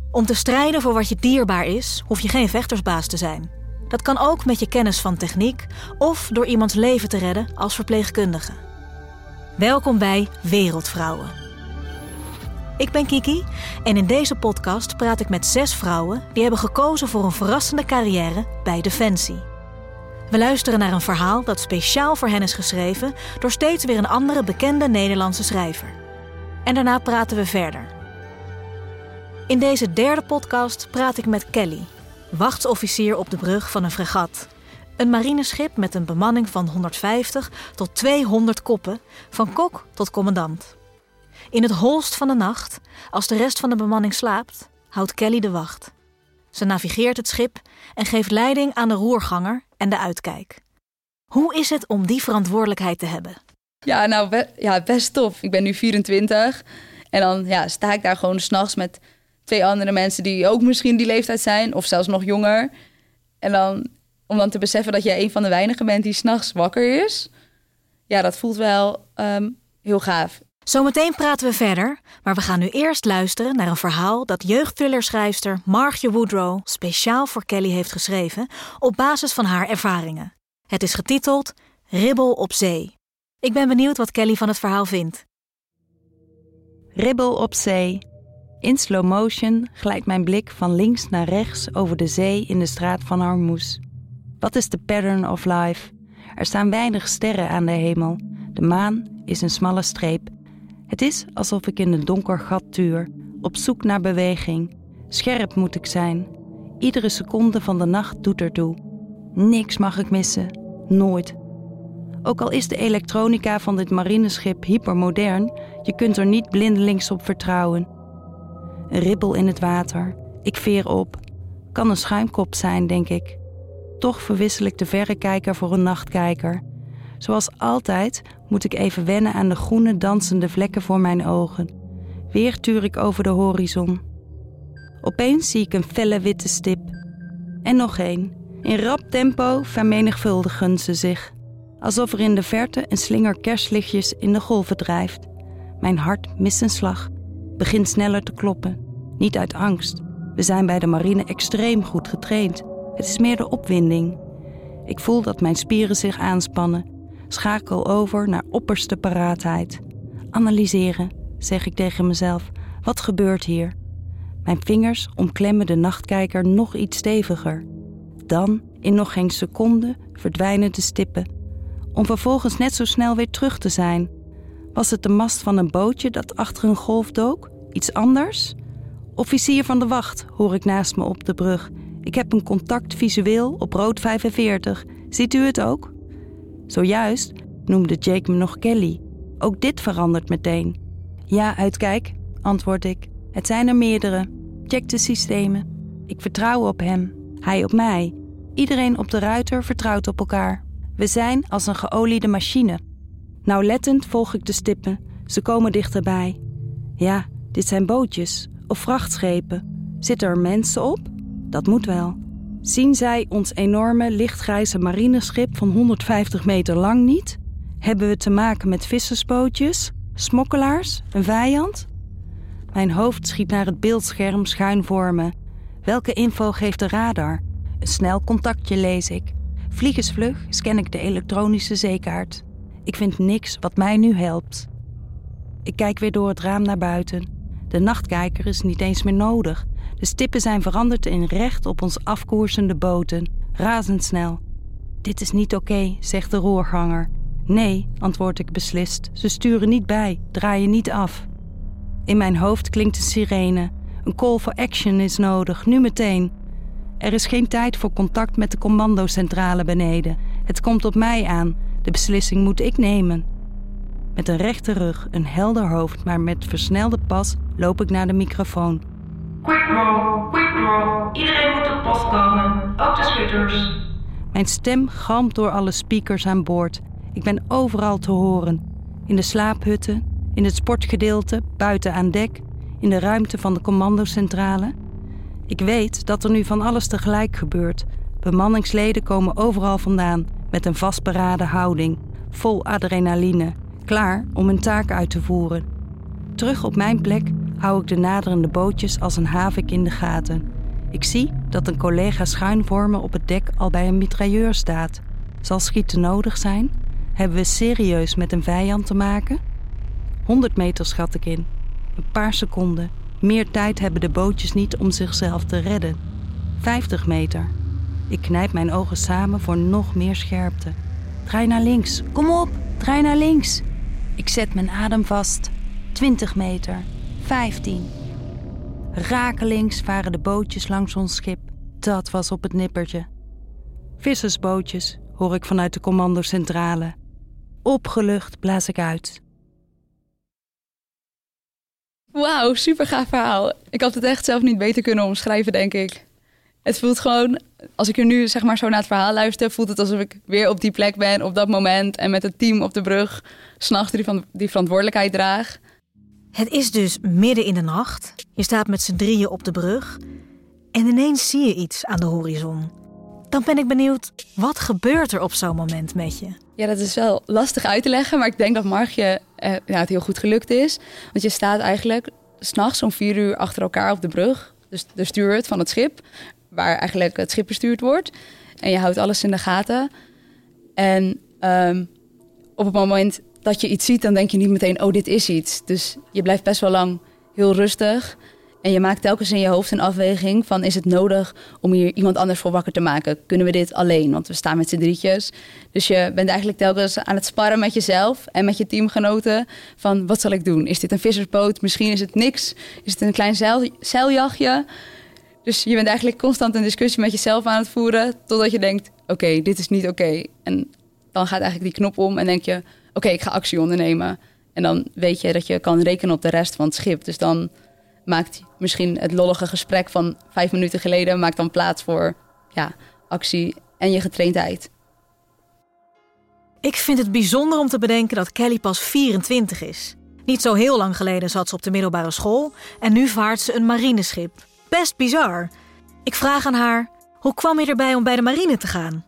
Om te strijden voor wat je dierbaar is, hoef je geen vechtersbaas te zijn. Dat kan ook met je kennis van techniek of door iemands leven te redden als verpleegkundige. Welkom bij Wereldvrouwen. Ik ben Kiki en in deze podcast praat ik met 6 vrouwen die hebben gekozen voor een verrassende carrière bij Defensie. We luisteren naar een verhaal dat speciaal voor hen is geschreven door steeds weer een andere bekende Nederlandse schrijver. En daarna praten we verder. In deze 3e podcast praat ik met Kelly, wachtsofficier op de brug van een fregat. Een marineschip met een bemanning van 150 tot 200 koppen, van kok tot commandant. In het holst van de nacht, als de rest van de bemanning slaapt, houdt Kelly de wacht. Ze navigeert het schip en geeft leiding aan de roerganger en de uitkijk. Hoe is het om die verantwoordelijkheid te hebben? Ja, best tof. Ik ben nu 24 en dan sta ik daar gewoon 's nachts met 2 andere mensen die ook misschien die leeftijd zijn of zelfs nog jonger. En dan om dan te beseffen dat jij een van de weinigen bent die 's nachts wakker is. Ja, dat voelt wel heel gaaf. Zometeen praten we verder, maar we gaan nu eerst luisteren naar een verhaal dat jeugdthrillerschrijfster Margie Woodrow speciaal voor Kelly heeft geschreven op basis van haar ervaringen. Het is getiteld Ribbel op zee. Ik ben benieuwd wat Kelly van het verhaal vindt. Ribbel op zee. In slow motion glijdt mijn blik van links naar rechts over de zee in de straat van Hormuz. Wat is de pattern of life? Er staan weinig sterren aan de hemel. De maan is een smalle streep. Het is alsof ik in een donker gat tuur, op zoek naar beweging. Scherp moet ik zijn. Iedere seconde van de nacht doet ertoe. Niks mag ik missen. Nooit. Ook al is de elektronica van dit marineschip hypermodern, je kunt er niet blindelings op vertrouwen. Een ribbel in het water. Ik veer op. Kan een schuimkop zijn, denk ik. Toch verwissel ik de verrekijker voor een nachtkijker. Zoals altijd moet ik even wennen aan de groene dansende vlekken voor mijn ogen. Weer tuur ik over de horizon. Opeens zie ik een felle witte stip. En nog één. In rap tempo vermenigvuldigen ze zich. Alsof er in de verte een slinger kerstlichtjes in de golven drijft. Mijn hart mist een slag. Begint sneller te kloppen. Niet uit angst. We zijn bij de marine extreem goed getraind. Het is meer de opwinding. Ik voel dat mijn spieren zich aanspannen. Schakel over naar opperste paraatheid. Analyseren, zeg ik tegen mezelf. Wat gebeurt hier? Mijn vingers omklemmen de nachtkijker nog iets steviger. Dan, in nog geen seconde, verdwijnen de stippen. Om vervolgens net zo snel weer terug te zijn. Was het de mast van een bootje dat achter een golf dook? Iets anders? Officier van de wacht, hoor ik naast me op de brug. Ik heb een contact visueel op rood 45. Ziet u het ook? Zojuist noemde Jake me nog Kelly. Ook dit verandert meteen. Ja, uitkijk, antwoord ik. Het zijn er meerdere. Check de systemen. Ik vertrouw op hem. Hij op mij. Iedereen op de ruiter vertrouwt op elkaar. We zijn als een geoliede machine. Nauwlettend volg ik de stippen. Ze komen dichterbij. Ja, dit zijn bootjes of vrachtschepen. Zitten er mensen op? Dat moet wel. Zien zij ons enorme lichtgrijze marineschip van 150 meter lang niet? Hebben we te maken met vissersbootjes, smokkelaars, een vijand? Mijn hoofd schiet naar het beeldscherm schuin voor me. Welke info geeft de radar? Een snel contactje lees ik. Vliegensvlug scan ik de elektronische zeekaart. Ik vind niks wat mij nu helpt. Ik kijk weer door het raam naar buiten. De nachtkijker is niet eens meer nodig. De stippen zijn veranderd in recht op ons afkoersende boten. Razendsnel. Dit is niet oké, zegt de roerganger. Nee, antwoord ik beslist. Ze sturen niet bij, draaien niet af. In mijn hoofd klinkt een sirene. Een call for action is nodig, nu meteen. Er is geen tijd voor contact met de commandocentrale beneden. Het komt op mij aan. De beslissing moet ik nemen. Met een rechte rug, een helder hoofd, maar met versnelde pas loop ik naar de microfoon. Quick draw. Iedereen moet op post komen, ook de schutters. Mijn stem galmt door alle speakers aan boord. Ik ben overal te horen. In de slaaphutten, in het sportgedeelte, buiten aan dek, in de ruimte van de commandocentrale. Ik weet dat er nu van alles tegelijk gebeurt. Bemanningsleden komen overal vandaan, met een vastberaden houding, vol adrenaline, klaar om hun taak uit te voeren. Terug op mijn plek hou ik de naderende bootjes als een havik in de gaten. Ik zie dat een collega schuin voor me op het dek al bij een mitrailleur staat. Zal schieten nodig zijn? Hebben we serieus met een vijand te maken? 100 meter schat ik in. Een paar seconden. Meer tijd hebben de bootjes niet om zichzelf te redden. 50 meter. Ik knijp mijn ogen samen voor nog meer scherpte. Draai naar links. Kom op, draai naar links. Ik zet mijn adem vast. 20 meter. 15. Rakelings varen de bootjes langs ons schip. Dat was op het nippertje. Vissersbootjes, hoor ik vanuit de commandocentrale. Opgelucht blaas ik uit. Wauw, super gaaf verhaal. Ik had het echt zelf niet beter kunnen omschrijven, denk ik. Het voelt gewoon, als ik er nu zeg maar zo naar het verhaal luister, voelt het alsof ik weer op die plek ben, op dat moment. En met het team op de brug, 's nachts die verantwoordelijkheid draag. Het is dus midden in de nacht. Je staat met z'n drieën op de brug. En ineens zie je iets aan de horizon. Dan ben ik benieuwd, wat gebeurt er op zo'n moment met je? Ja, dat is wel lastig uit te leggen, maar ik denk dat Margje het heel goed gelukt is. Want je staat eigenlijk 's nachts om 4 uur achter elkaar op de brug. Dus de steward van het schip, waar eigenlijk het schip bestuurd wordt. En je houdt alles in de gaten. En op het moment dat je iets ziet, dan denk je niet meteen, oh, dit is iets. Dus je blijft best wel lang heel rustig. En je maakt telkens in je hoofd een afweging van, is het nodig om hier iemand anders voor wakker te maken? Kunnen we dit alleen? Want we staan met z'n drietjes. Dus je bent eigenlijk telkens aan het sparren met jezelf en met je teamgenoten. Van, wat zal ik doen? Is dit een vissersboot? Misschien is het niks. Is het een klein zeiljachtje? Dus je bent eigenlijk constant een discussie met jezelf aan het voeren, totdat je denkt, oké, dit is niet oké. En dan gaat eigenlijk die knop om en denk je, oké, ik ga actie ondernemen. En dan weet je dat je kan rekenen op de rest van het schip. Dus dan maakt misschien het lollige gesprek van 5 minuten geleden maakt dan plaats voor actie en je getraindheid. Ik vind het bijzonder om te bedenken dat Kelly pas 24 is. Niet zo heel lang geleden zat ze op de middelbare school en nu vaart ze een marineschip. Best bizar. Ik vraag aan haar, hoe kwam je erbij om bij de marine te gaan?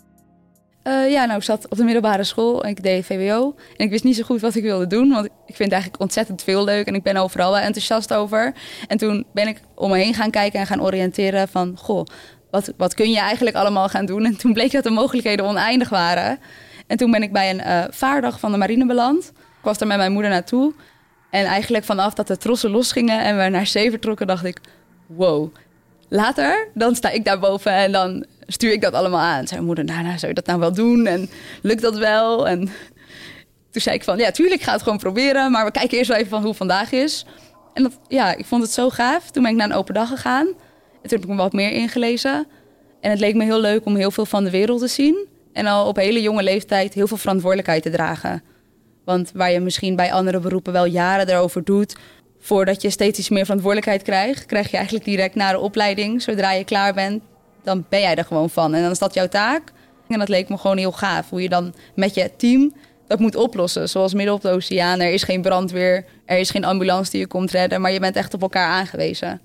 Ik zat op de middelbare school en ik deed VWO. En ik wist niet zo goed wat ik wilde doen, want ik vind eigenlijk ontzettend veel leuk. En ik ben overal wel enthousiast over. En toen ben ik om me heen gaan kijken en gaan oriënteren van, goh, wat kun je eigenlijk allemaal gaan doen? En toen bleek dat de mogelijkheden oneindig waren. En toen ben ik bij een vaardag van de marine beland. Ik was daar met mijn moeder naartoe. En eigenlijk vanaf dat de trossen losgingen en we naar zee vertrokken, dacht ik, wow. Later, dan sta ik daar boven en dan stuur ik dat allemaal aan. Zei mijn moeder, nou, zou je dat nou wel doen? En lukt dat wel? En toen zei ik van, ja, tuurlijk, ik ga het gewoon proberen. Maar we kijken eerst wel even van hoe het vandaag is. En ik vond het zo gaaf. Toen ben ik naar een open dag gegaan. En toen heb ik me wat meer ingelezen. En het leek me heel leuk om heel veel van de wereld te zien. En al op hele jonge leeftijd heel veel verantwoordelijkheid te dragen. Want waar je misschien bij andere beroepen wel jaren erover doet, voordat je steeds iets meer verantwoordelijkheid krijgt, krijg je eigenlijk direct na de opleiding, zodra je klaar bent, dan ben jij er gewoon van. En dan is dat jouw taak. En dat leek me gewoon heel gaaf, hoe je dan met je team dat moet oplossen. Zoals midden op de oceaan, er is geen brandweer, er is geen ambulance die je komt redden, maar je bent echt op elkaar aangewezen.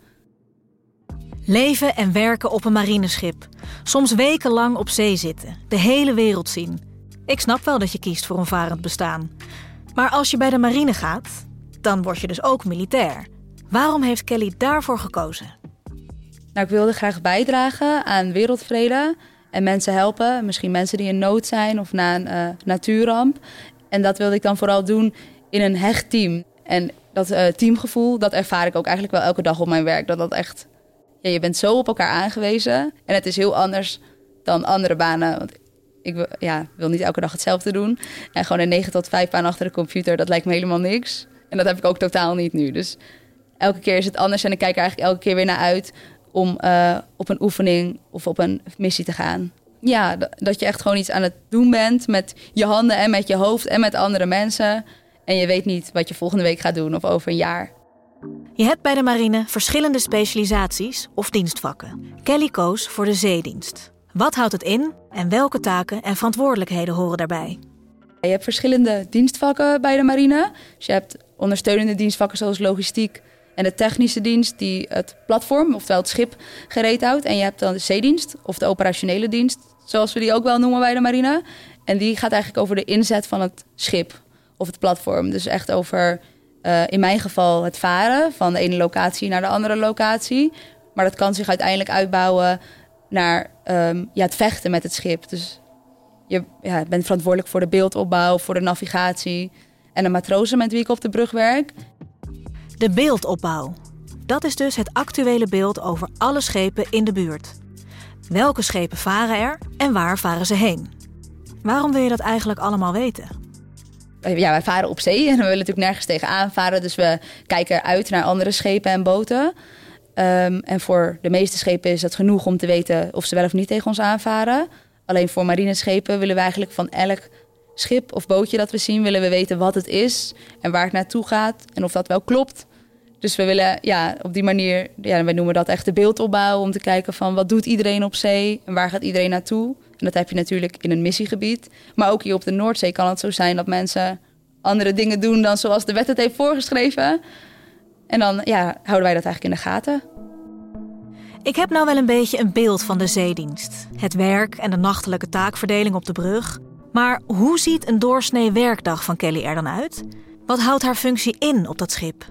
Leven en werken op een marineschip. Soms wekenlang op zee zitten, de hele wereld zien. Ik snap wel dat je kiest voor een varend bestaan. Maar als je bij de marine gaat, dan word je dus ook militair. Waarom heeft Kelly daarvoor gekozen? Nou, ik wilde graag bijdragen aan wereldvrede en mensen helpen. Misschien mensen die in nood zijn of na een natuurramp. En dat wilde ik dan vooral doen in een hecht team. En dat teamgevoel, dat ervaar ik ook eigenlijk wel elke dag op mijn werk. Dat echt, je bent zo op elkaar aangewezen. En het is heel anders dan andere banen. Want ik wil niet elke dag hetzelfde doen. En gewoon een 9 tot 5 baan achter de computer, dat lijkt me helemaal niks. En dat heb ik ook totaal niet nu. Dus elke keer is het anders en ik kijk er eigenlijk elke keer weer naar uit om op een oefening of op een missie te gaan. Ja, dat je echt gewoon iets aan het doen bent met je handen en met je hoofd en met andere mensen. En je weet niet wat je volgende week gaat doen of over een jaar. Je hebt bij de marine verschillende specialisaties of dienstvakken. Kelly koos voor de zeedienst. Wat houdt het in en welke taken en verantwoordelijkheden horen daarbij? Je hebt verschillende dienstvakken bij de marine. Dus je hebt ondersteunende dienstvakken zoals logistiek en de technische dienst die het platform, oftewel het schip, gereed houdt. En je hebt dan de zeedienst of de operationele dienst, zoals we die ook wel noemen bij de marine. En die gaat eigenlijk over de inzet van het schip of het platform. Dus echt over in mijn geval het varen van de ene locatie naar de andere locatie. Maar dat kan zich uiteindelijk uitbouwen naar het vechten met het schip. Dus je bent verantwoordelijk voor de beeldopbouw, voor de navigatie en de matrozen met wie ik op de brug werk. De beeldopbouw. Dat is dus het actuele beeld over alle schepen in de buurt. Welke schepen varen er en waar varen ze heen? Waarom wil je dat eigenlijk allemaal weten? Ja, wij varen op zee en we willen natuurlijk nergens tegenaan varen. Dus we kijken uit naar andere schepen en boten. En voor de meeste schepen is het genoeg om te weten of ze wel of niet tegen ons aanvaren. Alleen voor marineschepen willen we eigenlijk van elk schip of bootje dat we zien, willen we weten wat het is en waar het naartoe gaat en of dat wel klopt. Dus we willen op die manier, wij noemen dat echt de beeldopbouw, om te kijken van wat doet iedereen op zee en waar gaat iedereen naartoe. En dat heb je natuurlijk in een missiegebied. Maar ook hier op de Noordzee kan het zo zijn dat mensen andere dingen doen dan zoals de wet het heeft voorgeschreven. En dan houden wij dat eigenlijk in de gaten. Ik heb nou wel een beetje een beeld van de zeedienst. Het werk en de nachtelijke taakverdeling op de brug. Maar hoe ziet een doorsnee werkdag van Kelly er dan uit? Wat houdt haar functie in op dat schip?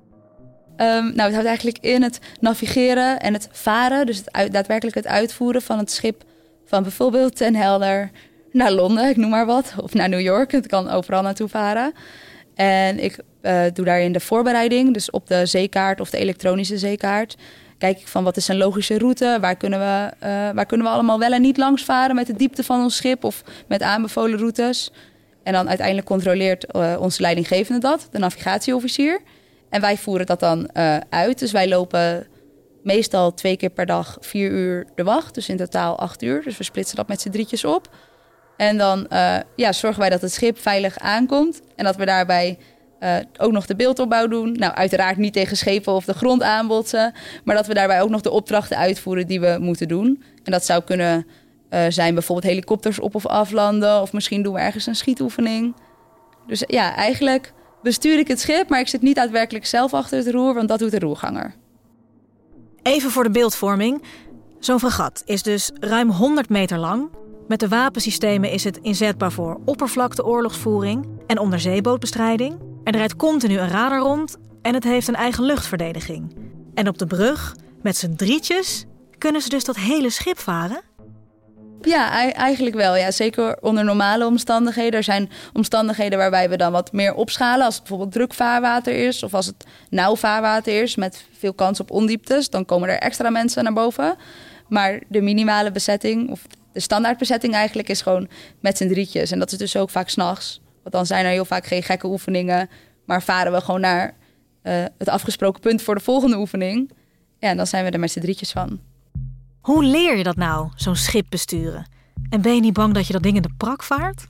Het houdt eigenlijk in het navigeren en het varen. Dus daadwerkelijk het uitvoeren van het schip van bijvoorbeeld Den Helder naar Londen, ik noem maar wat. Of naar New York, het kan overal naartoe varen. En ik doe daarin de voorbereiding. Dus op de zeekaart of de elektronische zeekaart kijk ik van wat is een logische route. Waar kunnen we allemaal wel en niet langs varen met de diepte van ons schip of met aanbevolen routes. En dan uiteindelijk controleert onze leidinggevende dat, de navigatieofficier. En wij voeren dat dan uit. Dus wij lopen meestal 2 keer per dag 4 uur de wacht. Dus in totaal 8 uur. Dus we splitsen dat met z'n drietjes op. En dan zorgen wij dat het schip veilig aankomt. En dat we daarbij ook nog de beeldopbouw doen. Nou, uiteraard niet tegen schepen of de grond aanbotsen. Maar dat we daarbij ook nog de opdrachten uitvoeren die we moeten doen. En dat zou kunnen zijn bijvoorbeeld helikopters op of aflanden. Of misschien doen we ergens een schietoefening. Dus eigenlijk bestuur ik het schip, maar ik zit niet daadwerkelijk zelf achter het roer, want dat doet de roerganger. Even voor de beeldvorming. Zo'n fregat is dus ruim 100 meter lang. Met de wapensystemen is het inzetbaar voor oppervlakteoorlogsvoering en onderzeebootbestrijding. Er rijdt continu een radar rond en het heeft een eigen luchtverdediging. En op de brug, met z'n drietjes, kunnen ze dus dat hele schip varen? Ja, eigenlijk wel. Ja, zeker onder normale omstandigheden. Er zijn omstandigheden waarbij we dan wat meer opschalen. Als het bijvoorbeeld druk vaarwater is of als het nauw vaarwater is met veel kans op ondieptes, dan komen er extra mensen naar boven. Maar de minimale bezetting, of de standaardbezetting eigenlijk, is gewoon met z'n drietjes. En dat is dus ook vaak 's nachts. Want dan zijn er heel vaak geen gekke oefeningen, maar varen we gewoon naar het afgesproken punt voor de volgende oefening. Ja, en dan zijn we er met z'n drietjes van. Hoe leer je dat nou, zo'n schip besturen? En ben je niet bang dat je dat ding in de prak vaart?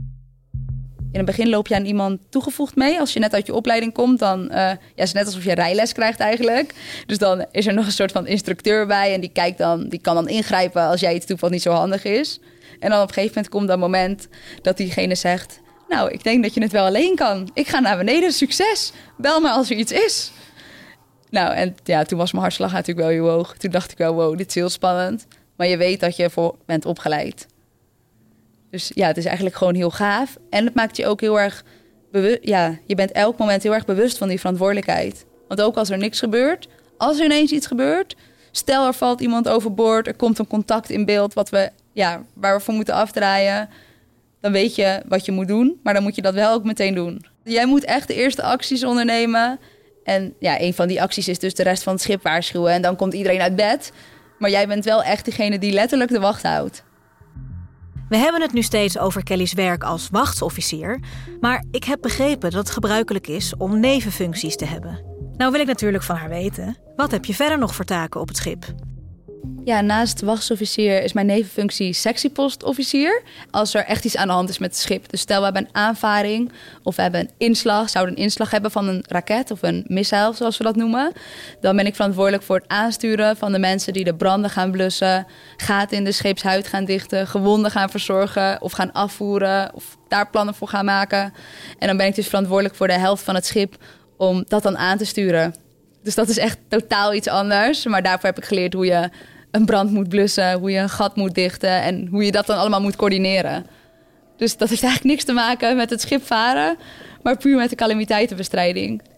In het begin loop je aan iemand toegevoegd mee. Als je net uit je opleiding komt, dan is het net alsof je rijles krijgt eigenlijk. Dus dan is er nog een soort van instructeur bij en die kan dan ingrijpen als jij iets doet wat niet zo handig is. En dan op een gegeven moment komt dat moment dat diegene zegt: nou, ik denk dat je het wel alleen kan. Ik ga naar beneden, succes. Bel me als er iets is. Nou, en toen was mijn hartslag natuurlijk wel heel hoog. Toen dacht ik wel, wow, dit is heel spannend. Maar je weet dat je ervoor bent opgeleid. Dus het is eigenlijk gewoon heel gaaf. En het maakt je ook heel erg bewust. Ja, je bent elk moment heel erg bewust van die verantwoordelijkheid. Want ook als er niks gebeurt, als er ineens iets gebeurt, stel er valt iemand overboord, er komt een contact in beeld waar we voor moeten afdraaien, dan weet je wat je moet doen, maar dan moet je dat wel ook meteen doen. Jij moet echt de eerste acties ondernemen. En een van die acties is dus de rest van het schip waarschuwen. En dan komt iedereen uit bed. Maar jij bent wel echt degene die letterlijk de wacht houdt. We hebben het nu steeds over Kelly's werk als wachtsofficier. Maar ik heb begrepen dat het gebruikelijk is om nevenfuncties te hebben. Nou wil ik natuurlijk van haar weten, wat heb je verder nog voor taken op het schip? Ja, naast wachtsofficier is mijn nevenfunctie sectiepostofficier. Als er echt iets aan de hand is met het schip. Dus stel we hebben een aanvaring of we hebben een inslag. Zouden een inslag hebben van een raket of een missile, zoals we dat noemen. Dan ben ik verantwoordelijk voor het aansturen van de mensen die de branden gaan blussen, gaten in de scheepshuid gaan dichten, gewonden gaan verzorgen of gaan afvoeren of daar plannen voor gaan maken. En dan ben ik dus verantwoordelijk voor de helft van het schip om dat dan aan te sturen. Dus dat is echt totaal iets anders. Maar daarvoor heb ik geleerd hoe je een brand moet blussen, hoe je een gat moet dichten en hoe je dat dan allemaal moet coördineren. Dus dat heeft eigenlijk niks te maken met het schip varen, maar puur met de calamiteitenbestrijding.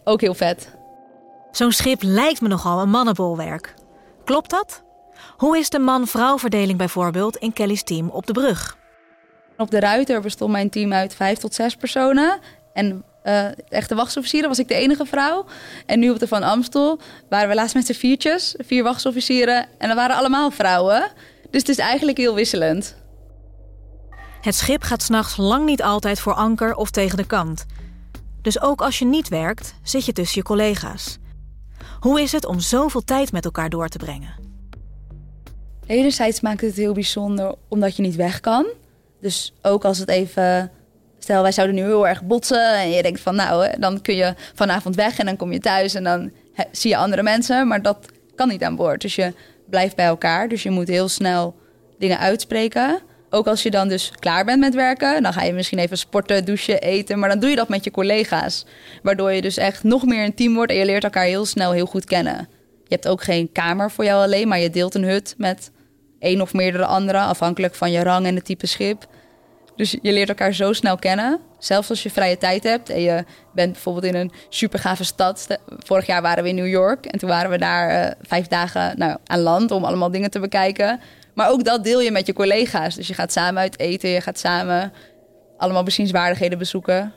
ook heel vet. Zo'n schip lijkt me nogal een mannenbolwerk. Klopt dat? Hoe is de man-vrouw verdeling bijvoorbeeld in Kelly's team op de brug? Op de Ruiter bestond mijn team uit 5 tot 6 personen. En echte wachtsofficieren was ik de enige vrouw. En nu op de Van Amstel waren we laatst met z'n 4 wachtsofficieren. En dat waren allemaal vrouwen. Dus het is eigenlijk heel wisselend. Het schip gaat 's nachts lang niet altijd voor anker of tegen de kant. Dus ook als je niet werkt, zit je tussen je collega's. Hoe is het om zoveel tijd met elkaar door te brengen? Enerzijds maakt het heel bijzonder omdat je niet weg kan. Dus ook als het even... Stel, wij zouden nu heel erg botsen en je denkt van nou, dan kun je vanavond weg en dan kom je thuis en dan zie je andere mensen. Maar dat kan niet aan boord. Dus je blijft bij elkaar. Dus je moet heel snel dingen uitspreken. Ook als je dan dus klaar bent met werken, dan ga je misschien even sporten, douchen, eten. Maar dan doe je dat met je collega's. Waardoor je dus echt nog meer een team wordt en je leert elkaar heel snel heel goed kennen. Je hebt ook geen kamer voor jou alleen, maar je deelt een hut met 1 of meerdere anderen, afhankelijk van je rang en het type schip. Dus je leert elkaar zo snel kennen. Zelfs als je vrije tijd hebt en je bent bijvoorbeeld in een supergave stad. Vorig jaar waren we in New York en toen waren we daar 5 dagen aan land om allemaal dingen te bekijken. Maar ook dat deel je met je collega's. Dus je gaat samen uit eten, je gaat samen allemaal bezienswaardigheden bezoeken.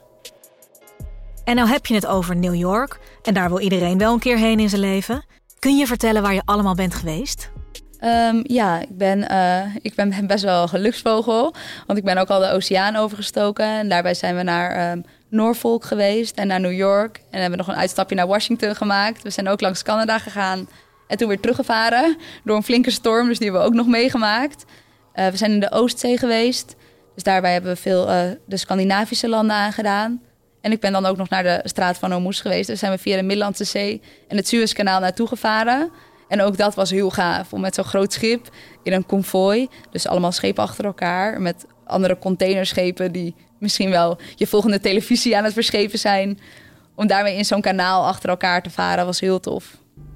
En nou heb je het over New York en daar wil iedereen wel een keer heen in zijn leven. Kun je vertellen waar je allemaal bent geweest? Ja, ik ben best wel een geluksvogel. Want ik ben ook al de oceaan overgestoken. En daarbij zijn we naar Norfolk geweest en naar New York. En hebben nog een uitstapje naar Washington gemaakt. We zijn ook langs Canada gegaan. En toen weer teruggevaren door een flinke storm. Dus die hebben we ook nog meegemaakt. We zijn in de Oostzee geweest. Dus daarbij hebben we veel de Scandinavische landen aangedaan. En ik ben dan ook nog naar de Straat van Hormuz geweest. Daar zijn we via de Middellandse Zee en het Suezkanaal naartoe gevaren. En ook dat was heel gaaf, om met zo'n groot schip in een konvooi, dus allemaal schepen achter elkaar, met andere containerschepen die misschien wel je volgende televisie aan het verschepen zijn. Om daarmee in zo'n kanaal achter elkaar te varen was heel tof.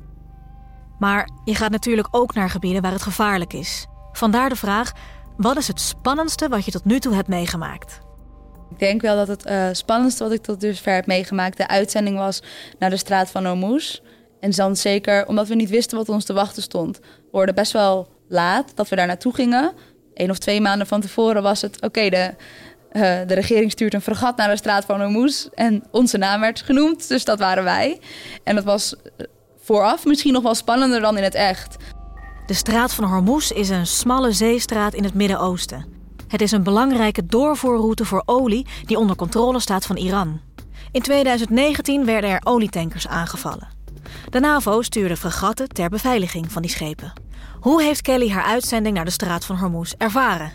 Maar je gaat natuurlijk ook naar gebieden waar het gevaarlijk is. Vandaar de vraag, wat is het spannendste wat je tot nu toe hebt meegemaakt? Ik denk wel dat het spannendste wat ik tot dusver heb meegemaakt de uitzending was naar de Straat van Hormuz. En dan zeker omdat we niet wisten wat ons te wachten stond. We hoorden best wel laat dat we daar naartoe gingen. 1 of 2 maanden van tevoren was het oké, de regering stuurt een fregat naar de Straat van Hormuz. En onze naam werd genoemd, dus dat waren wij. En dat was vooraf misschien nog wel spannender dan in het echt. De Straat van Hormuz is een smalle zeestraat in het Midden-Oosten. Het is een belangrijke doorvoerroute voor olie die onder controle staat van Iran. In 2019 werden er olietankers aangevallen. De NAVO stuurde fregatten ter beveiliging van die schepen. Hoe heeft Kelly haar uitzending naar de Straat van Hormuz ervaren?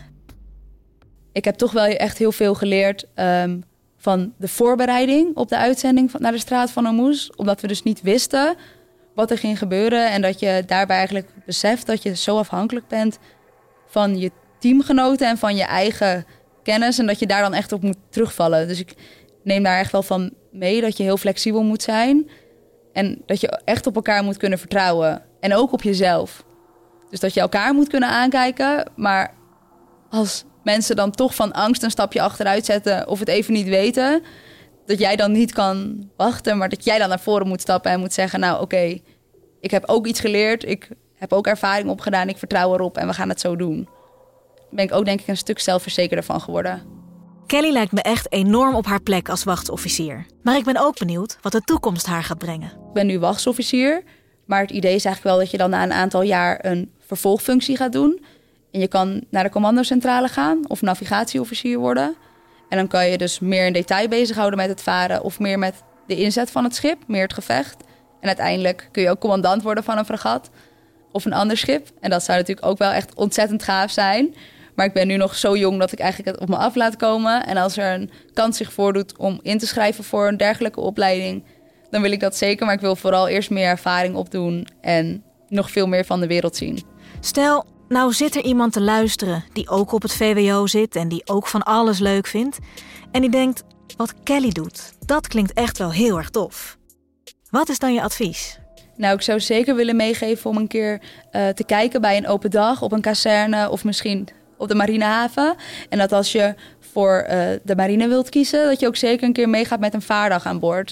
Ik heb toch wel echt heel veel geleerd van de voorbereiding op de uitzending naar de Straat van Hormuz. Omdat we dus niet wisten wat er ging gebeuren. En dat je daarbij eigenlijk beseft dat je zo afhankelijk bent van je teamgenoten en van je eigen kennis. En dat je daar dan echt op moet terugvallen. Dus ik neem daar echt wel van mee dat je heel flexibel moet zijn. En dat je echt op elkaar moet kunnen vertrouwen. En ook op jezelf. Dus dat je elkaar moet kunnen aankijken. Maar als mensen dan toch van angst een stapje achteruit zetten of het even niet weten, dat jij dan niet kan wachten, maar dat jij dan naar voren moet stappen en moet zeggen, nou oké, ik heb ook iets geleerd. Ik heb ook ervaring opgedaan. Ik vertrouw erop en we gaan het zo doen. Daar ben ik ook denk ik een stuk zelfverzekerder van geworden. Kelly lijkt me echt enorm op haar plek als wachtsofficier. Maar ik ben ook benieuwd wat de toekomst haar gaat brengen. Ik ben nu wachtsofficier, maar het idee is eigenlijk wel dat je dan na een aantal jaar een vervolgfunctie gaat doen. En je kan naar de commandocentrale gaan of navigatieofficier worden. En dan kan je dus meer in detail bezighouden met het varen of meer met de inzet van het schip, meer het gevecht. En uiteindelijk kun je ook commandant worden van een fregat of een ander schip. En dat zou natuurlijk ook wel echt ontzettend gaaf zijn. Maar ik ben nu nog zo jong dat ik eigenlijk het op me af laat komen. En als er een kans zich voordoet om in te schrijven voor een dergelijke opleiding, dan wil ik dat zeker. Maar ik wil vooral eerst meer ervaring opdoen en nog veel meer van de wereld zien. Stel, nou zit er iemand te luisteren die ook op het VWO zit en die ook van alles leuk vindt. En die denkt, wat Kelly doet, dat klinkt echt wel heel erg tof. Wat is dan je advies? Nou, ik zou zeker willen meegeven om een keer te kijken bij een open dag op een kazerne of misschien op de marinehaven. En dat als je voor de marine wilt kiezen, dat je ook zeker een keer meegaat met een vaardag aan boord.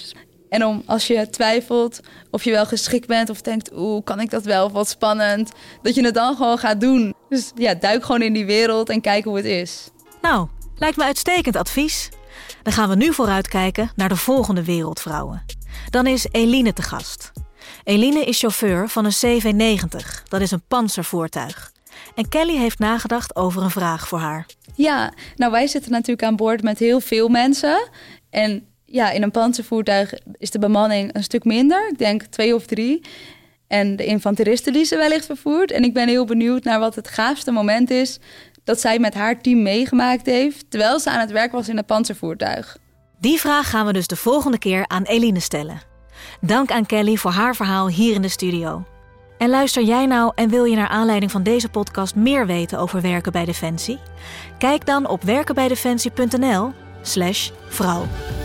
En om als je twijfelt of je wel geschikt bent of denkt, kan ik dat wel, of wat spannend, dat je het dan gewoon gaat doen. Dus ja, duik gewoon in die wereld en kijk hoe het is. Nou, lijkt me uitstekend advies. Dan gaan we nu vooruitkijken naar de volgende wereldvrouwen. Dan is Eline te gast. Eline is chauffeur van een CV90, dat is een pantservoertuig. En Kelly heeft nagedacht over een vraag voor haar. Ja, nou wij zitten natuurlijk aan boord met heel veel mensen. En ja, in een pantservoertuig is de bemanning een stuk minder. Ik denk 2 of 3. En de infanteristen die ze wellicht vervoert. En ik ben heel benieuwd naar wat het gaafste moment is dat zij met haar team meegemaakt heeft terwijl ze aan het werk was in het pantservoertuig. Die vraag gaan we dus de volgende keer aan Eline stellen. Dank aan Kelly voor haar verhaal hier in de studio. En luister jij nou en wil je naar aanleiding van deze podcast meer weten over werken bij Defensie? Kijk dan op werkenbijdefensie.nl/vrouw.